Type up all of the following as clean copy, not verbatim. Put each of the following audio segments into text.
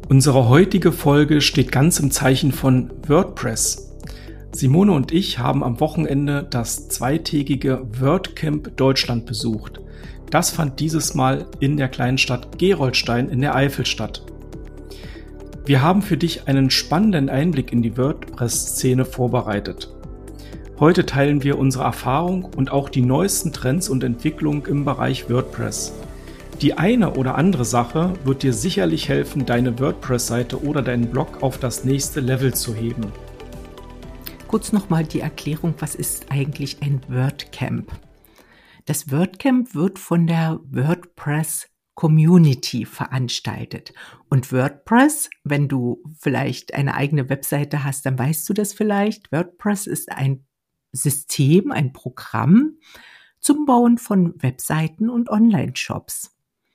Unsere heutige Folge steht ganz im Zeichen von WordPress. Simone und ich haben am Wochenende das zweitägige WordCamp Deutschland besucht. Das fand dieses Mal in der kleinen Stadt Gerolstein in der Eifel statt. Wir haben für dich einen spannenden Einblick in die WordPress-Szene vorbereitet. Heute teilen wir unsere Erfahrung und auch die neuesten Trends und Entwicklungen im Bereich WordPress. Die eine oder andere Sache wird dir sicherlich helfen, deine WordPress-Seite oder deinen Blog auf das nächste Level zu heben. Kurz nochmal die Erklärung, was ist eigentlich ein WordCamp? Das WordCamp wird von der WordPress Community veranstaltet. Und WordPress, wenn du vielleicht eine eigene Webseite hast, dann weißt du das vielleicht. WordPress ist ein System, ein Programm zum Bauen von Webseiten und Online-Shops.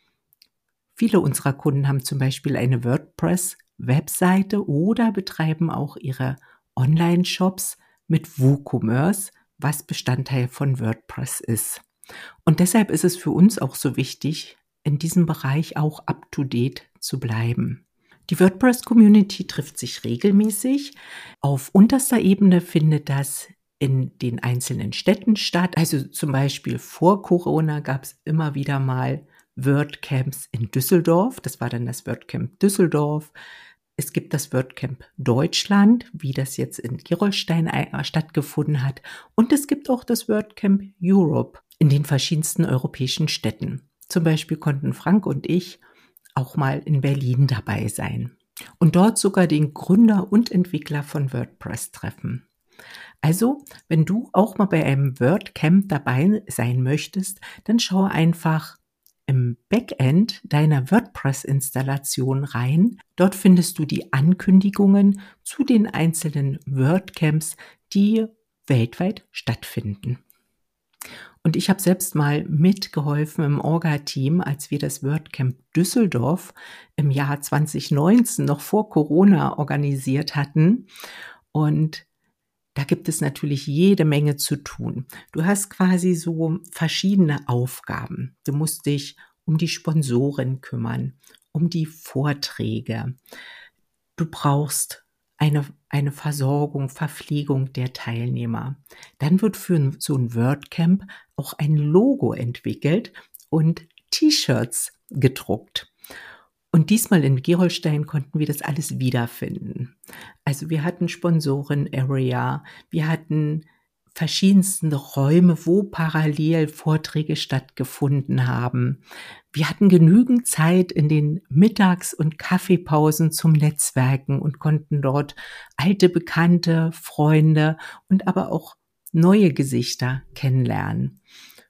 Viele unserer Kunden haben zum Beispiel eine WordPress-Webseite oder betreiben auch ihre Online-Shops mit WooCommerce, was Bestandteil von WordPress ist. Und deshalb ist es für uns auch so wichtig, in diesem Bereich auch up-to-date zu bleiben. Die WordPress-Community trifft sich regelmäßig. Auf unterster Ebene findet das in den einzelnen Städten statt. Also zum Beispiel vor Corona gab es immer wieder mal WordCamps in Düsseldorf. Das war dann das WordCamp Düsseldorf. Es gibt das WordCamp Deutschland, wie das jetzt in Gerolstein stattgefunden hat. Und es gibt auch das WordCamp Europe in den verschiedensten europäischen Städten. Zum Beispiel konnten Frank und ich auch mal in Berlin dabei sein und dort sogar den Gründer und Entwickler von WordPress treffen. Also, wenn du auch mal bei einem WordCamp dabei sein möchtest, dann schau einfach im Backend deiner WordPress-Installation rein. Dort findest du die Ankündigungen zu den einzelnen WordCamps, die weltweit stattfinden. Und ich habe selbst mal mitgeholfen im Orga-Team, als wir das WordCamp Düsseldorf im Jahr 2019 noch vor Corona organisiert hatten. Und da gibt es natürlich jede Menge zu tun. Du hast quasi so verschiedene Aufgaben. Du musst dich um die Sponsoren kümmern, um die Vorträge. Du brauchst eine Versorgung, Verpflegung der Teilnehmer. Dann wird für so ein WordCamp auch ein Logo entwickelt und T-Shirts gedruckt. Und diesmal in Gerolstein konnten wir das alles wiederfinden. Also wir hatten Sponsoren-Area, wir hatten verschiedenste Räume, wo parallel Vorträge stattgefunden haben. Wir hatten genügend Zeit in den Mittags- und Kaffeepausen zum Netzwerken und konnten dort alte Bekannte, Freunde und aber auch neue Gesichter kennenlernen.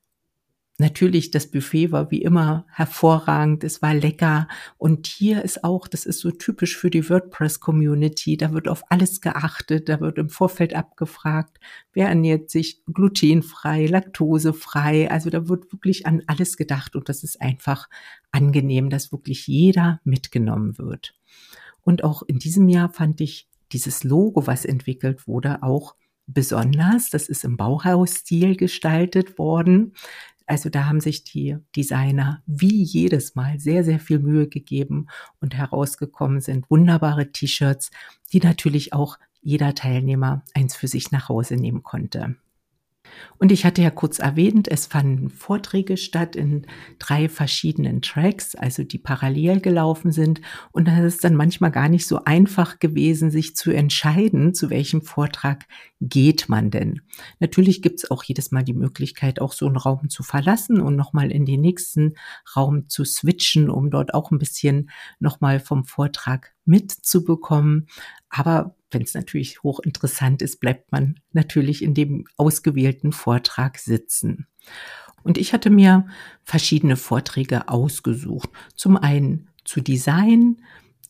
Natürlich, das Buffet war wie immer hervorragend, es war lecker und hier ist auch, das ist so typisch für die WordPress-Community, da wird auf alles geachtet, da wird im Vorfeld abgefragt, wer ernährt sich glutenfrei, laktosefrei, also da wird wirklich an alles gedacht und das ist einfach angenehm, dass wirklich jeder mitgenommen wird. Und auch in diesem Jahr fand ich dieses Logo, was entwickelt wurde, auch besonders, das ist im Bauhausstil gestaltet worden. Also da haben sich die Designer wie jedes Mal sehr, sehr viel Mühe gegeben und herausgekommen sind wunderbare T-Shirts, die natürlich auch jeder Teilnehmer eins für sich nach Hause nehmen konnte. Und ich hatte ja kurz erwähnt, es fanden Vorträge statt in 3 verschiedenen Tracks, also die parallel gelaufen sind. Und da ist es dann manchmal gar nicht so einfach gewesen, sich zu entscheiden, zu welchem Vortrag geht man denn. Natürlich gibt es auch jedes Mal die Möglichkeit, auch so einen Raum zu verlassen und nochmal in den nächsten Raum zu switchen, um dort auch ein bisschen nochmal vom Vortrag mitzubekommen. Aber wenn es natürlich hochinteressant ist, bleibt man natürlich in dem ausgewählten Vortrag sitzen. Und ich hatte mir verschiedene Vorträge ausgesucht. Zum einen zu Design,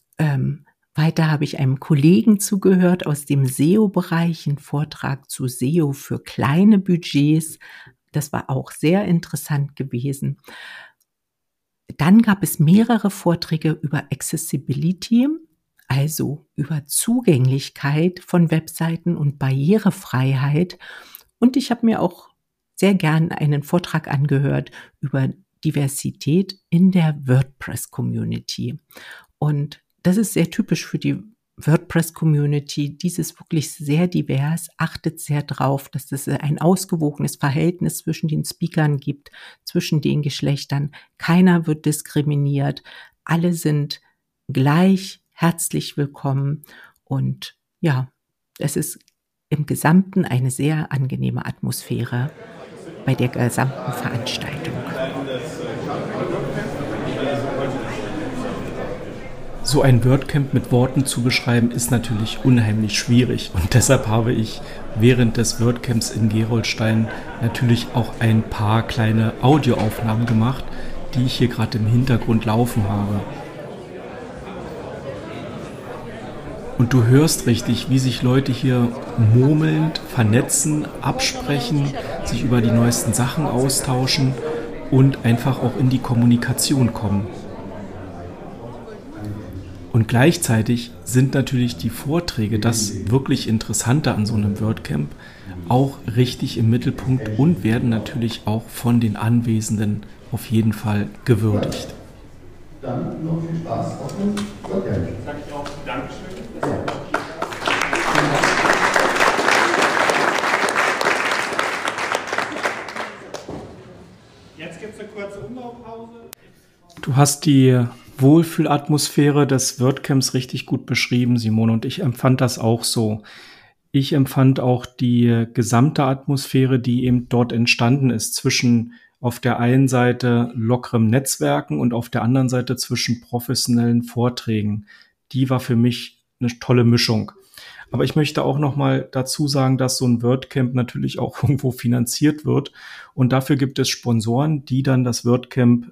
weiter habe ich einem Kollegen zugehört aus dem SEO-Bereich, einen Vortrag zu SEO für kleine Budgets. Das war auch sehr interessant gewesen. Dann gab es mehrere Vorträge über Accessibility, also über Zugänglichkeit von Webseiten und Barrierefreiheit. Und ich habe mir auch sehr gern einen Vortrag angehört über Diversität in der WordPress-Community. Und das ist sehr typisch für die WordPress-Community. Dies ist wirklich sehr divers, achtet sehr drauf, dass es ein ausgewogenes Verhältnis zwischen den Speakern gibt, zwischen den Geschlechtern. Keiner wird diskriminiert. Alle sind gleich herzlich willkommen. Und ja, es ist im Gesamten eine sehr angenehme Atmosphäre bei der gesamten Veranstaltung. So ein WordCamp mit Worten zu beschreiben, ist natürlich unheimlich schwierig. Und deshalb habe ich während des WordCamps in Gerolstein natürlich auch ein paar kleine Audioaufnahmen gemacht, die ich hier gerade im Hintergrund laufen habe. Und du hörst richtig, wie sich Leute hier murmelnd vernetzen, absprechen, sich über die neuesten Sachen austauschen und einfach auch in die Kommunikation kommen. Und gleichzeitig sind natürlich die Vorträge, das wirklich Interessante an so einem WordCamp, auch richtig im Mittelpunkt und werden natürlich auch von den Anwesenden auf jeden Fall gewürdigt. Dann noch viel Spaß auf dem WordCamp. Sag ich auch Dankeschön. Jetzt gibt es eine kurze Umbaupause. Du hast die Wohlfühlatmosphäre des WordCamps richtig gut beschrieben, Simone, und ich empfand das auch so. Ich empfand auch die gesamte Atmosphäre, die eben dort entstanden ist, zwischen auf der einen Seite lockerem Netzwerken und auf der anderen Seite zwischen professionellen Vorträgen. Die war für mich eine tolle Mischung. Aber ich möchte auch noch mal dazu sagen, dass so ein WordCamp natürlich auch irgendwo finanziert wird. Und dafür gibt es Sponsoren, die dann das WordCamp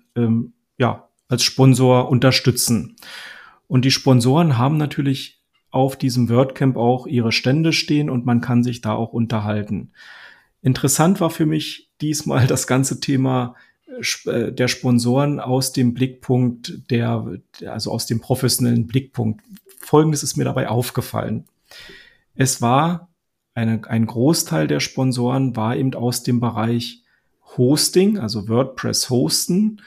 als Sponsor unterstützen. Und die Sponsoren haben natürlich auf diesem WordCamp auch ihre Stände stehen und man kann sich da auch unterhalten. Interessant war für mich diesmal das ganze Thema der Sponsoren aus dem Blickpunkt also aus dem professionellen Blickpunkt. Folgendes ist mir dabei aufgefallen. Es war ein Großteil der Sponsoren war eben aus dem Bereich Hosting, also WordPress hosten,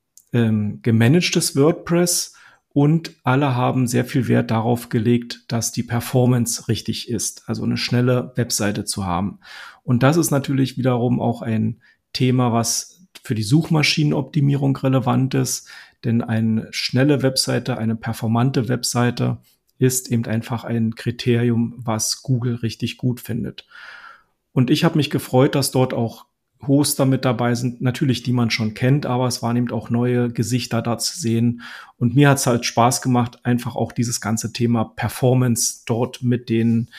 gemanagtes WordPress und alle haben sehr viel Wert darauf gelegt, dass die Performance richtig ist, also eine schnelle Webseite zu haben. Und das ist natürlich wiederum auch ein Thema, was für die Suchmaschinenoptimierung relevant ist, denn eine schnelle Webseite, eine performante Webseite ist eben einfach ein Kriterium, was Google richtig gut findet. Und ich habe mich gefreut, dass dort auch Hoster mit dabei sind, natürlich die man schon kennt, aber es waren eben auch neue Gesichter da zu sehen. Und mir hat es halt Spaß gemacht, einfach auch dieses ganze Thema Performance dort mit den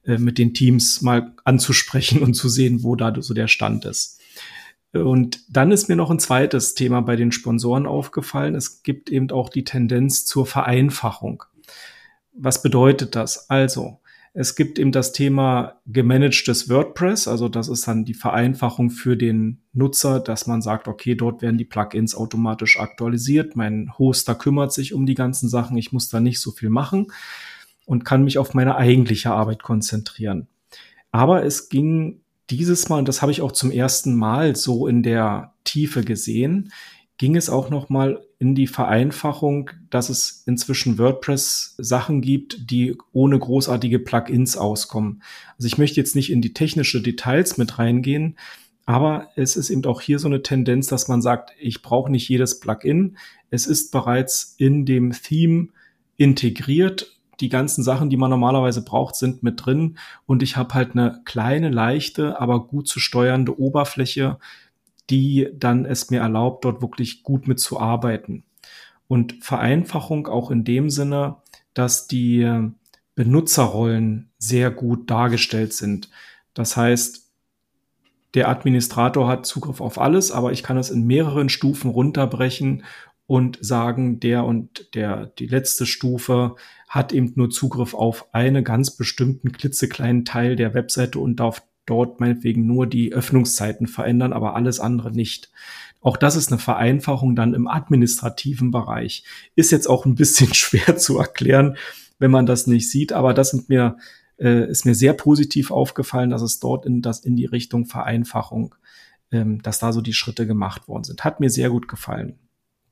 Teams mal anzusprechen und zu sehen, wo da so der Stand ist. Und dann ist mir noch ein zweites Thema bei den Sponsoren aufgefallen. Es gibt eben auch die Tendenz zur Vereinfachung. Was bedeutet das? Also, es gibt eben das Thema gemanagtes WordPress, also das ist dann die Vereinfachung für den Nutzer, dass man sagt, okay, dort werden die Plugins automatisch aktualisiert, mein Hoster kümmert sich um die ganzen Sachen, ich muss da nicht so viel machen und kann mich auf meine eigentliche Arbeit konzentrieren. Aber es ging dieses Mal, und das habe ich auch zum ersten Mal so in der Tiefe gesehen, ging es auch noch mal in die Vereinfachung, dass es inzwischen WordPress-Sachen gibt, die ohne großartige Plugins auskommen. Also ich möchte jetzt nicht in die technische Details mit reingehen, aber es ist eben auch hier so eine Tendenz, dass man sagt, ich brauche nicht jedes Plugin. Es ist bereits in dem Theme integriert. Die ganzen Sachen, die man normalerweise braucht, sind mit drin. Und ich habe halt eine kleine, leichte, aber gut zu steuernde Oberfläche, die dann es mir erlaubt, dort wirklich gut mitzuarbeiten. Und Vereinfachung auch in dem Sinne, dass die Benutzerrollen sehr gut dargestellt sind. Das heißt, der Administrator hat Zugriff auf alles, aber ich kann es in mehreren Stufen runterbrechen und sagen, die letzte Stufe hat eben nur Zugriff auf einen ganz bestimmten klitzekleinen Teil der Webseite und darf dort meinetwegen nur die Öffnungszeiten verändern, aber alles andere nicht. Auch das ist eine Vereinfachung dann im administrativen Bereich. Ist jetzt auch ein bisschen schwer zu erklären, wenn man das nicht sieht, aber das ist mir sehr positiv aufgefallen, dass es dort in die Richtung Vereinfachung, dass da so die Schritte gemacht worden sind. Hat mir sehr gut gefallen.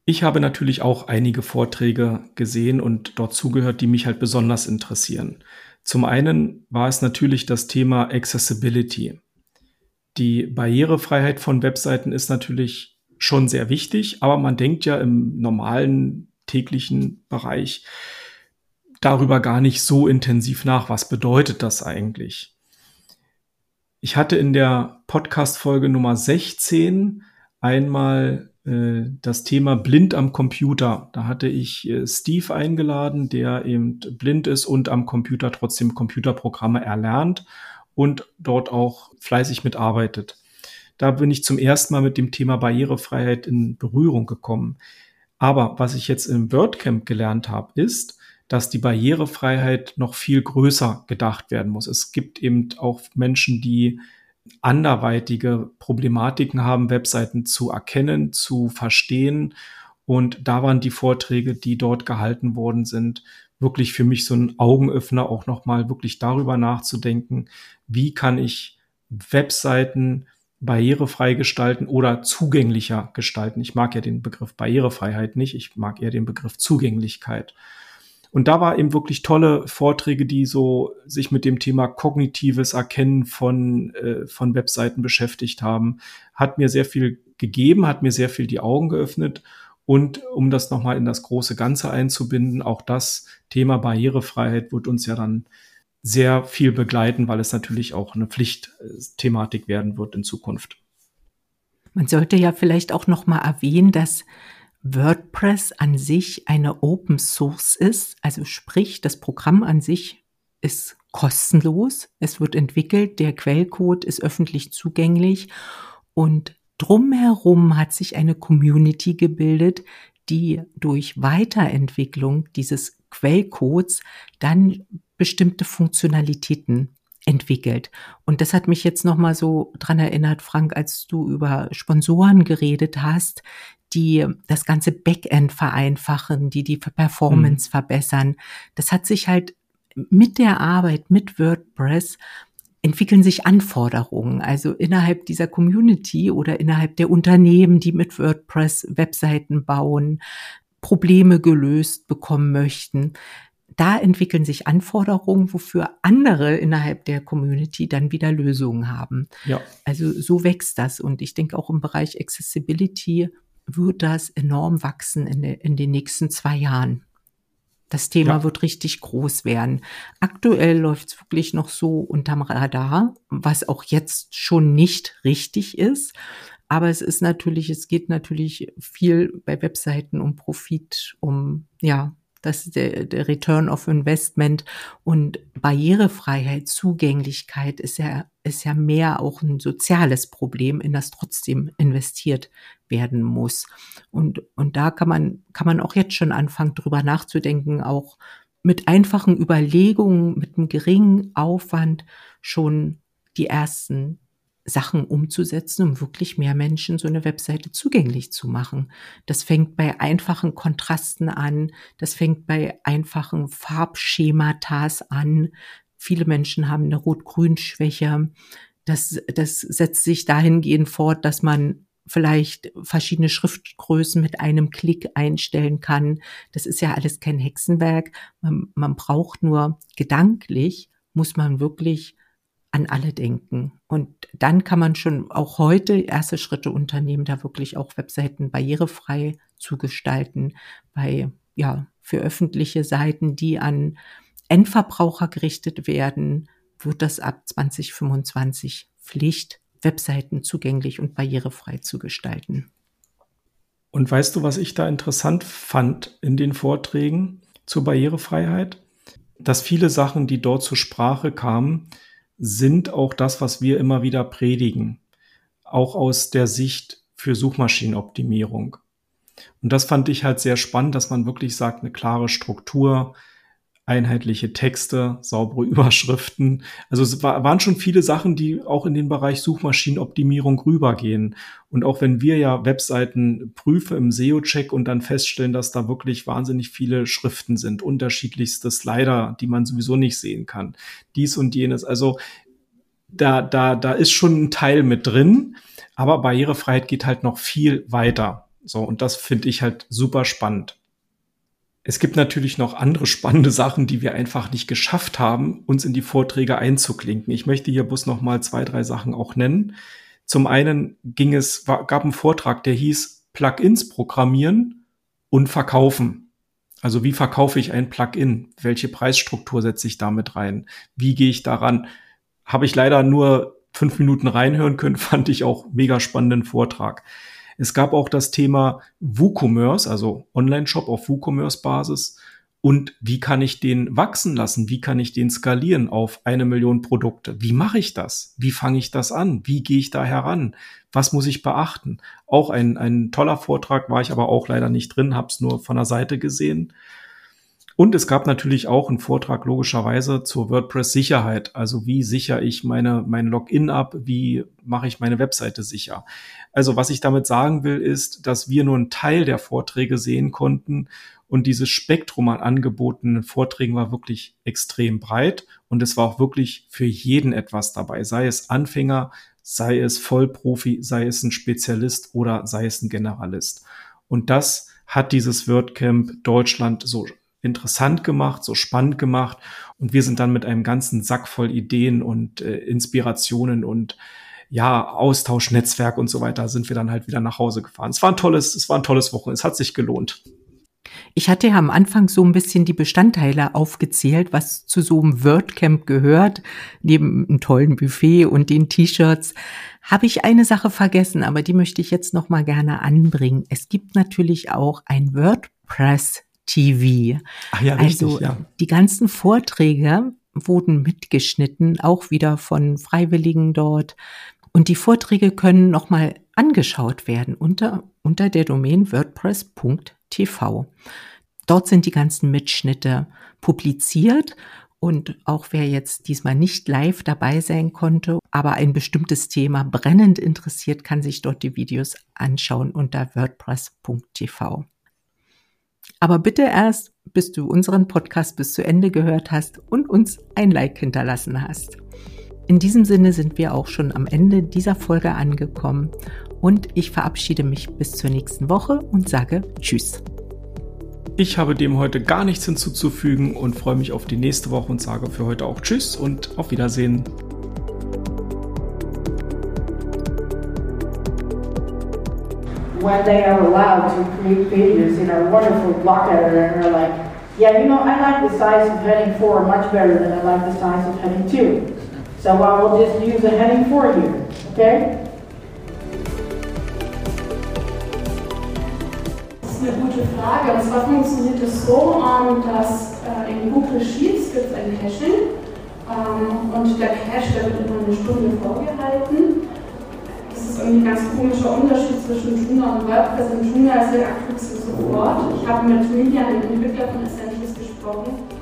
Ich habe natürlich auch einige Vorträge gesehen und dort zugehört, die mich halt besonders interessieren. Zum einen war es natürlich das Thema Accessibility. Die Barrierefreiheit von Webseiten ist natürlich schon sehr wichtig, aber man denkt ja im normalen täglichen Bereich darüber gar nicht so intensiv nach. Was bedeutet das eigentlich? Ich hatte in der Podcast-Folge Nummer 16 einmal das Thema blind am Computer. Da hatte ich Steve eingeladen, der eben blind ist und am Computer trotzdem Computerprogramme erlernt und dort auch fleißig mitarbeitet. Da bin ich zum ersten Mal mit dem Thema Barrierefreiheit in Berührung gekommen. Aber was ich jetzt im WordCamp gelernt habe, ist, dass die Barrierefreiheit noch viel größer gedacht werden muss. Es gibt eben auch Menschen, die anderweitige Problematiken haben, Webseiten zu erkennen, zu verstehen. Und da waren die Vorträge, die dort gehalten worden sind, wirklich für mich so ein Augenöffner, auch nochmal wirklich darüber nachzudenken, wie kann ich Webseiten barrierefrei gestalten oder zugänglicher gestalten. Ich mag ja den Begriff Barrierefreiheit nicht, ich mag eher den Begriff Zugänglichkeit. Und da war eben wirklich tolle Vorträge, die so sich mit dem Thema kognitives Erkennen von Webseiten beschäftigt haben. Hat mir sehr viel gegeben, hat mir sehr viel die Augen geöffnet. Und um das nochmal in das große Ganze einzubinden, auch das Thema Barrierefreiheit wird uns ja dann sehr viel begleiten, weil es natürlich auch eine Pflichtthematik werden wird in Zukunft. Man sollte ja vielleicht auch noch mal erwähnen, dass WordPress an sich eine Open Source ist, also sprich, das Programm an sich ist kostenlos, es wird entwickelt, der Quellcode ist öffentlich zugänglich und drumherum hat sich eine Community gebildet, die durch Weiterentwicklung dieses Quellcodes dann bestimmte Funktionalitäten entwickelt. Und das hat mich jetzt nochmal so dran erinnert, Frank, als du über Sponsoren geredet hast, die das ganze Backend vereinfachen, die Performance verbessern. Das hat sich halt mit der Arbeit mit WordPress entwickeln sich Anforderungen, also innerhalb dieser Community oder innerhalb der Unternehmen, die mit WordPress Webseiten bauen, Probleme gelöst bekommen möchten. Da entwickeln sich Anforderungen, wofür andere innerhalb der Community dann wieder Lösungen haben. Ja. Also so wächst das. Und ich denke auch im Bereich Accessibility wird das enorm wachsen in den nächsten 2 Jahren. Das Thema wird richtig groß werden. Aktuell läuft es wirklich noch so unterm Radar, was auch jetzt schon nicht richtig ist. Aber es geht natürlich viel bei Webseiten um Profit, das ist der Return of Investment und Barrierefreiheit, Zugänglichkeit ist ja mehr auch ein soziales Problem, in das trotzdem investiert werden muss. Und da kann man auch jetzt schon anfangen, drüber nachzudenken, auch mit einfachen Überlegungen, mit einem geringen Aufwand schon die ersten Sachen umzusetzen, um wirklich mehr Menschen so eine Webseite zugänglich zu machen. Das fängt bei einfachen Kontrasten an, das fängt bei einfachen Farbschematas an. Viele Menschen haben eine Rot-Grün-Schwäche. Das setzt sich dahingehend fort, dass man vielleicht verschiedene Schriftgrößen mit einem Klick einstellen kann. Das ist ja alles kein Hexenwerk. Man braucht nur gedanklich, muss man wirklich an alle denken. Und dann kann man schon auch heute erste Schritte unternehmen, da wirklich auch Webseiten barrierefrei zu gestalten. Für öffentliche Seiten, die an Endverbraucher gerichtet werden, wird das ab 2025 Pflicht, Webseiten zugänglich und barrierefrei zu gestalten. Und weißt du, was ich da interessant fand in den Vorträgen zur Barrierefreiheit? Dass viele Sachen, die dort zur Sprache kamen, sind auch das, was wir immer wieder predigen, auch aus der Sicht für Suchmaschinenoptimierung. Und das fand ich halt sehr spannend, dass man wirklich sagt, eine klare Struktur, einheitliche Texte, saubere Überschriften. Also es waren schon viele Sachen, die auch in den Bereich Suchmaschinenoptimierung rübergehen. Und auch wenn wir ja Webseiten prüfen im SEO-Check und dann feststellen, dass da wirklich wahnsinnig viele Schriften sind, unterschiedlichste Slider, die man sowieso nicht sehen kann, dies und jenes. Also da ist schon ein Teil mit drin, aber Barrierefreiheit geht halt noch viel weiter. So, und das finde ich halt super spannend. Es gibt natürlich noch andere spannende Sachen, die wir einfach nicht geschafft haben, uns in die Vorträge einzuklinken. Ich möchte hier bloß noch mal 2, 3 Sachen auch nennen. Zum einen gab einen Vortrag, der hieß Plugins programmieren und verkaufen. Also wie verkaufe ich ein Plugin? Welche Preisstruktur setze ich damit rein? Wie gehe ich daran? Habe ich leider nur 5 Minuten reinhören können, fand ich auch mega spannenden Vortrag. Es gab auch das Thema WooCommerce, also Online-Shop auf WooCommerce-Basis. Und wie kann ich den wachsen lassen? Wie kann ich den skalieren auf 1 Million Produkte? Wie mache ich das? Wie fange ich das an? Wie gehe ich da heran? Was muss ich beachten? Auch ein toller Vortrag, war ich aber auch leider nicht drin, habe es nur von der Seite gesehen. Und es gab natürlich auch einen Vortrag logischerweise zur WordPress-Sicherheit. Also wie sichere ich mein Login ab? Wie mache ich meine Webseite sicher? Also was ich damit sagen will, ist, dass wir nur einen Teil der Vorträge sehen konnten. Und dieses Spektrum an angebotenen Vorträgen war wirklich extrem breit. Und es war auch wirklich für jeden etwas dabei. Sei es Anfänger, sei es Vollprofi, sei es ein Spezialist oder sei es ein Generalist. Und das hat dieses WordCamp Deutschland so interessant gemacht, so spannend gemacht. Und wir sind dann mit einem ganzen Sack voll Ideen und Inspirationen und ja, Austausch, Netzwerk und so weiter, sind wir dann halt wieder nach Hause gefahren. Es war ein tolles Wochenende. Es hat sich gelohnt. Ich hatte ja am Anfang so ein bisschen die Bestandteile aufgezählt, was zu so einem WordCamp gehört. Neben einem tollen Buffet und den T-Shirts habe ich eine Sache vergessen, aber die möchte ich jetzt noch mal gerne anbringen. Es gibt natürlich auch ein WordPress TV. Ach ja, richtig, also die ganzen Vorträge wurden mitgeschnitten, auch wieder von Freiwilligen dort. Und die Vorträge können nochmal angeschaut werden unter der Domain wordpress.tv. Dort sind die ganzen Mitschnitte publiziert. Und auch wer jetzt diesmal nicht live dabei sein konnte, aber ein bestimmtes Thema brennend interessiert, kann sich dort die Videos anschauen unter wordpress.tv. Aber bitte erst, bis du unseren Podcast bis zu Ende gehört hast und uns ein Like hinterlassen hast. In diesem Sinne sind wir auch schon am Ende dieser Folge angekommen und ich verabschiede mich bis zur nächsten Woche und sage Tschüss. Ich habe dem heute gar nichts hinzuzufügen und freue mich auf die nächste Woche und sage für heute auch Tschüss und auf Wiedersehen. When they are allowed to create pages in a wonderful block editor and they're like, yeah, you know, I like the size of heading 4 much better than I like the size of heading 2. So I will just use a heading 4 here, okay? Das ist eine gute Frage. Und zwar funktioniert es so, dass in Google Sheets gibt es ein Caching und der Cache, der wird immer eine Stunde vorgehalten. Das ist irgendwie ein ganz komischer Unterschied zwischen Joomla und WordPress. In Joomla ist der aktuellste sofort. Ich habe mit Julian, dem Entwickler von Essentials, gesprochen.